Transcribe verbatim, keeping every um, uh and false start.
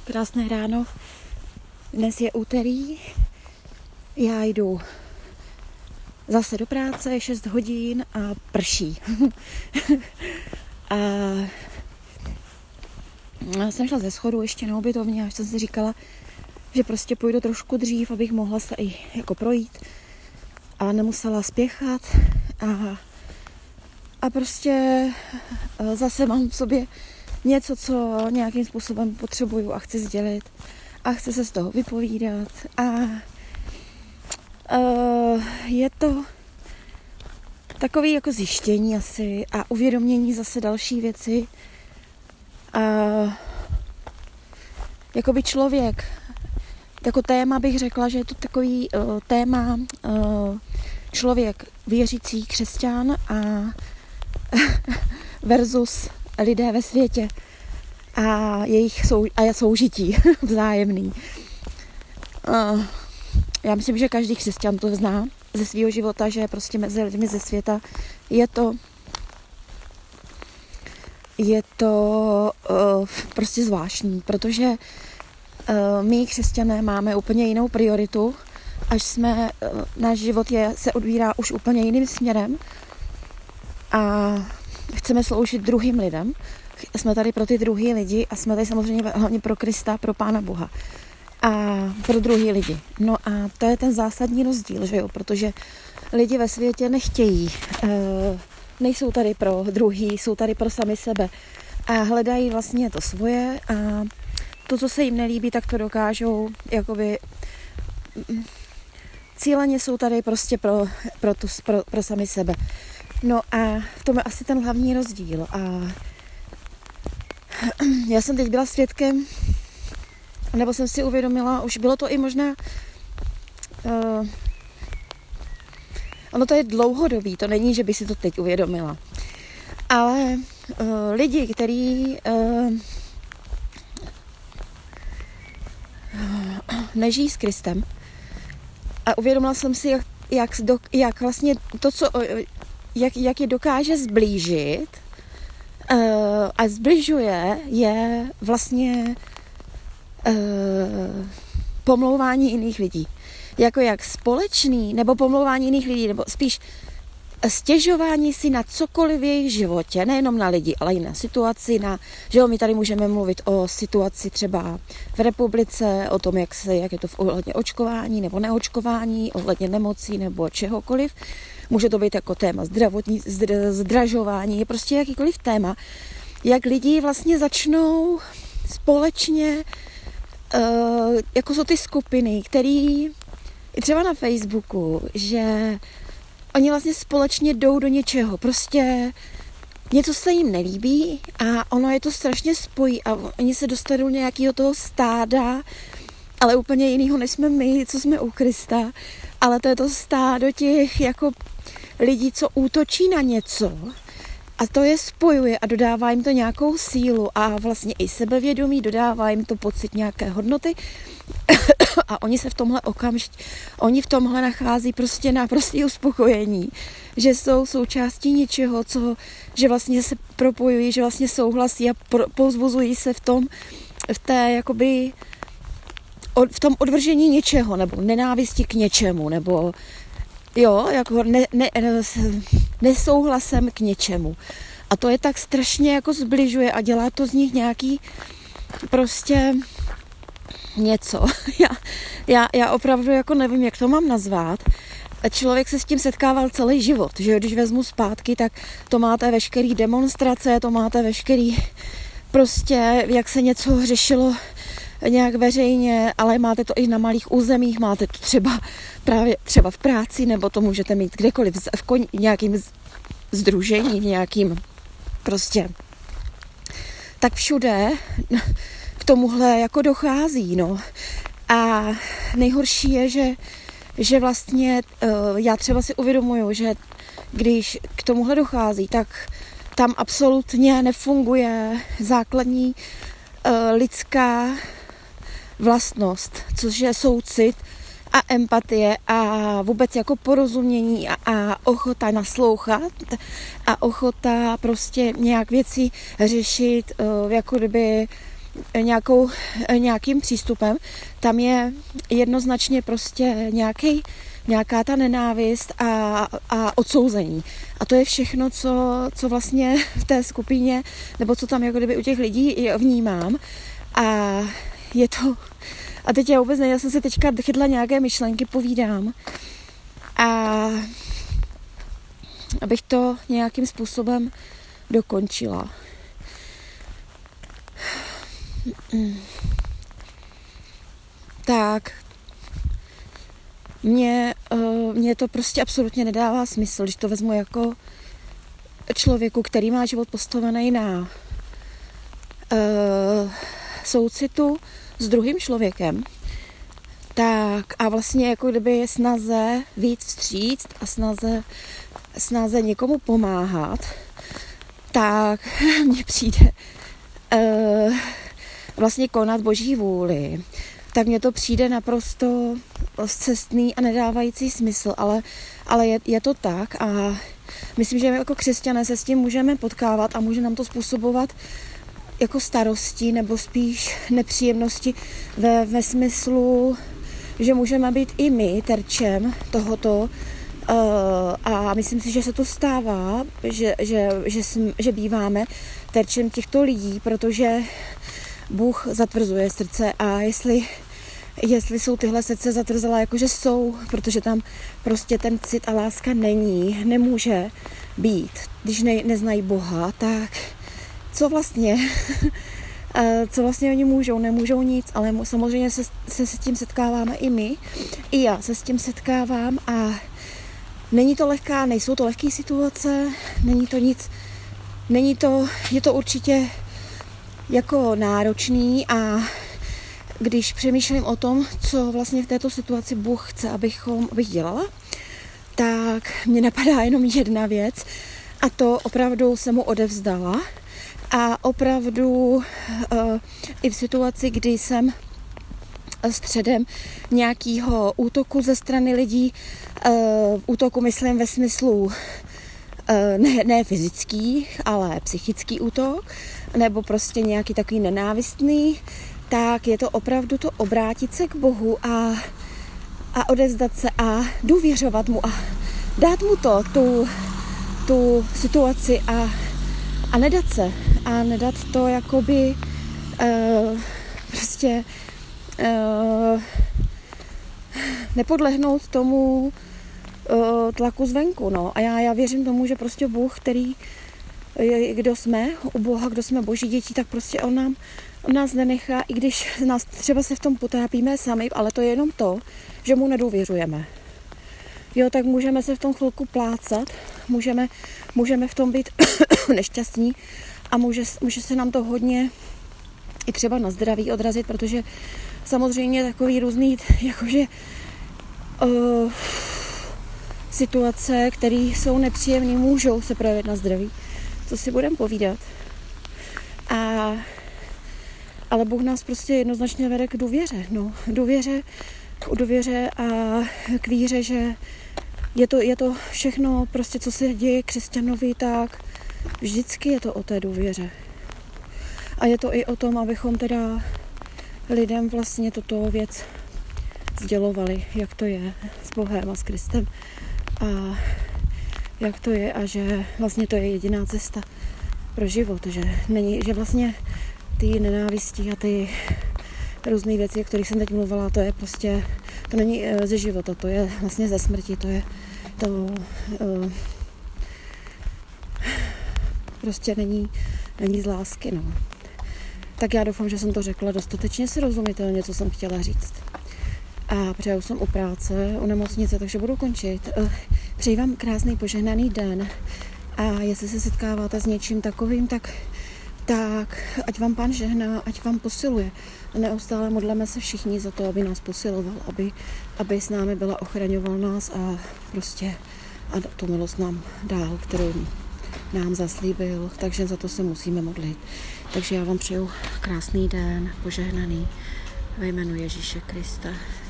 Krásné ráno. Dnes je úterý. Já jdu zase do práce, šest hodin a prší. a já jsem šla ze schodu ještě na ubytovně, až jsem si říkala, že prostě půjdu trošku dřív, abych mohla se i jako projít a nemusela spěchat a, a prostě zase mám v sobě něco, co nějakým způsobem potřebuju a chci sdělit a chci se z toho vypovídat a uh, je to takový jako zjištění asi a uvědomění zase další věci a jakoby člověk jako téma bych řekla, že je to takový uh, téma uh, člověk věřící křesťan a versus lidé ve světě a jejich sou, a soužití vzájemný. Uh, já myslím, že každý křesťan to zná ze svého života, že prostě mezi lidmi ze světa je to je to uh, prostě zvláštní, protože uh, my křesťané máme úplně jinou prioritu, až jsme, uh, náš život je, se odvírá už úplně jiným směrem a chceme sloužit druhým lidem. Jsme tady pro ty druhý lidi a jsme tady samozřejmě hlavně pro Krista, pro Pána Boha a pro druhý lidi. No a to je ten zásadní rozdíl, že jo, protože lidi ve světě nechtějí, e, nejsou tady pro druhý, jsou tady pro sami sebe a hledají vlastně to svoje a to, co se jim nelíbí, tak to dokážou jakoby cíleně jsou tady prostě pro, pro, tu, pro, pro sami sebe. No a v tom je asi ten hlavní rozdíl. A já jsem teď byla svědkem, nebo jsem si uvědomila, už bylo to i možná, uh, ono to je dlouhodobý, to není, že by si to teď uvědomila. Ale uh, lidi, kteří uh, nežijí s Kristem, a uvědomila jsem si, jak, jak, do, jak vlastně to, co... Jak, jak je dokáže zblížit uh, a zbližuje, je vlastně uh, pomlouvání jiných lidí. Jako jak společný, nebo pomlouvání jiných lidí, nebo spíš stěžování si na cokoliv v jejich životě, nejenom na lidi, ale i na situaci, na, že jo, my tady můžeme mluvit o situaci třeba v republice, o tom, jak, se, jak je to v ohledně očkování nebo neočkování, ohledně nemocí nebo čehokoliv. Může to být jako téma zdravotní, zdražování, je prostě jakýkoliv téma, jak lidi vlastně začnou společně, uh, jako jsou ty skupiny, který i třeba na Facebooku, že oni vlastně společně jdou do něčeho, prostě něco se jim nelíbí a ono je to strašně spojí a oni se dostanou do nějakého toho stáda, ale úplně jinýho, než jsme my, co jsme u Krista, ale to je to stádo těch jako lidí, co útočí na něco a to je spojuje a dodává jim to nějakou sílu a vlastně i sebevědomí, dodává jim to pocit nějaké hodnoty a oni se v tomhle okamžitě, oni v tomhle nachází prostě naprostý uspokojení, že jsou součástí něčeho, co, že vlastně se propojují, že vlastně souhlasí a povzbuzují se v tom, v té jakoby v tom odvržení něčeho, nebo nenávisti k něčemu, nebo jo, jako ne, ne, nesouhlasem k něčemu. A to je tak strašně jako zbližuje a dělá to z nich nějaký prostě něco. Já, já, já opravdu jako nevím, jak to mám nazvat. Člověk se s tím setkával celý život, že když vezmu zpátky, tak to máte veškerý demonstrace, to máte veškerý prostě, jak se něco řešilo nějak veřejně, ale máte to i na malých územích, máte to třeba právě třeba v práci, nebo to můžete mít kdekoliv v koň, nějakým sdružení, v nějakým prostě tak všude k tomuhle jako dochází, no. A nejhorší je, že, že vlastně uh, já třeba si uvědomuju, že když k tomuhle dochází, tak tam absolutně nefunguje základní uh, lidská vlastnost, což je soucit a empatie a vůbec jako porozumění a, a ochota naslouchat a ochota prostě nějak věci řešit, uh, jako kdyby nějakou, nějakým přístupem, tam je jednoznačně prostě nějaký, nějaká ta nenávist a, a odsouzení. A to je všechno, co, co vlastně v té skupině, nebo co tam jako kdyby u těch lidí vnímám. A je to... A teď já vůbec ne, já jsem se teďka chytla nějaké myšlenky, povídám. A abych to nějakým způsobem dokončila. Tak, mně, mně to prostě absolutně nedává smysl, když to vezmu jako člověku, který má život postavený na uh, soucitu s druhým člověkem, tak a vlastně jako kdyby je snaze víc vstříct a snaze, snaze někomu pomáhat, tak mně přijde uh, vlastně konat boží vůli, tak mně to přijde naprosto scestný a nedávající smysl, ale, ale je, je to tak a myslím, že jako křesťané se s tím můžeme potkávat a může nám to způsobovat jako starosti nebo spíš nepříjemnosti ve, ve smyslu, že můžeme být i my terčem tohoto uh, a myslím si, že se to stává, že, že, že, jsme, že býváme terčem těchto lidí, protože Bůh zatvrzuje srdce a jestli, jestli jsou tyhle srdce zatvrzela, jakože jsou, protože tam prostě ten cit a láska není, nemůže být, když ne, neznají Boha, tak co vlastně, co vlastně oni můžou, nemůžou nic, ale samozřejmě se, se s tím setkáváme i my, i já se s tím setkávám a není to lehká, nejsou to lehké situace, není to nic, není to, je to určitě jako náročný a když přemýšlím o tom, co vlastně v této situaci Bůh chce, abychom, abych dělala, tak mě napadá jenom jedna věc a to opravdu se mu odevzdala a opravdu uh, i v situaci, kdy jsem středem nějakého útoku ze strany lidí, uh, útoku myslím ve smyslu uh, ne, ne fyzický, ale psychický útok, nebo prostě nějaký takový nenávistný, tak je to opravdu to obrátit se k Bohu a, a odevzdat se a důvěřovat mu a dát mu to, tu, tu situaci a, a nedat se. A nedat to jakoby uh, prostě uh, nepodlehnout tomu uh, tlaku zvenku. No. A já, já věřím tomu, že prostě Bůh, který kdo jsme, u Boha, kdo jsme boží děti, tak prostě on, nám, on nás nenechá, i když nás třeba se v tom potápíme sami, ale to je jenom to, že mu nedůvěřujeme. Jo, tak můžeme se v tom chvilku plácat, můžeme, můžeme v tom být nešťastní a může, může se nám to hodně i třeba na zdraví odrazit, protože samozřejmě takový různý, jakože uh, situace, které jsou nepříjemné, můžou se projevit na zdraví. Co si budeme povídat. A, ale Bůh nás prostě jednoznačně vede k důvěře. No, důvěře, k důvěře a k víře, že je to, je to všechno, prostě co se děje křesťanovi, tak vždycky je to o té důvěře. A je to i o tom, abychom teda lidem vlastně toto věc sdělovali, jak to je s Bohem a s Kristem. A jak to je a že vlastně to je jediná cesta pro život, že není, že vlastně ty nenávisti a ty různé věci, o kterých jsem teď mluvila, to je prostě, to není ze života, to je vlastně ze smrti, to je to uh, prostě není, není z lásky, no. Tak já doufám, že jsem to řekla dostatečně srozumitelně, co jsem chtěla říct. A přeju jsem u práce, u nemocnice, takže budu končit. Přeji vám krásný požehnaný den a jestli se setkáváte s něčím takovým, tak, tak ať vám Pán žehná, ať vám posiluje. A neustále modleme se všichni za to, aby nás posiloval, aby, aby s námi byla, ochraňoval nás a prostě a tu milost nám dál, kterou nám zaslíbil, takže za to se musíme modlit. Takže já vám přeju krásný den, požehnaný ve jménu Ježíše Krista.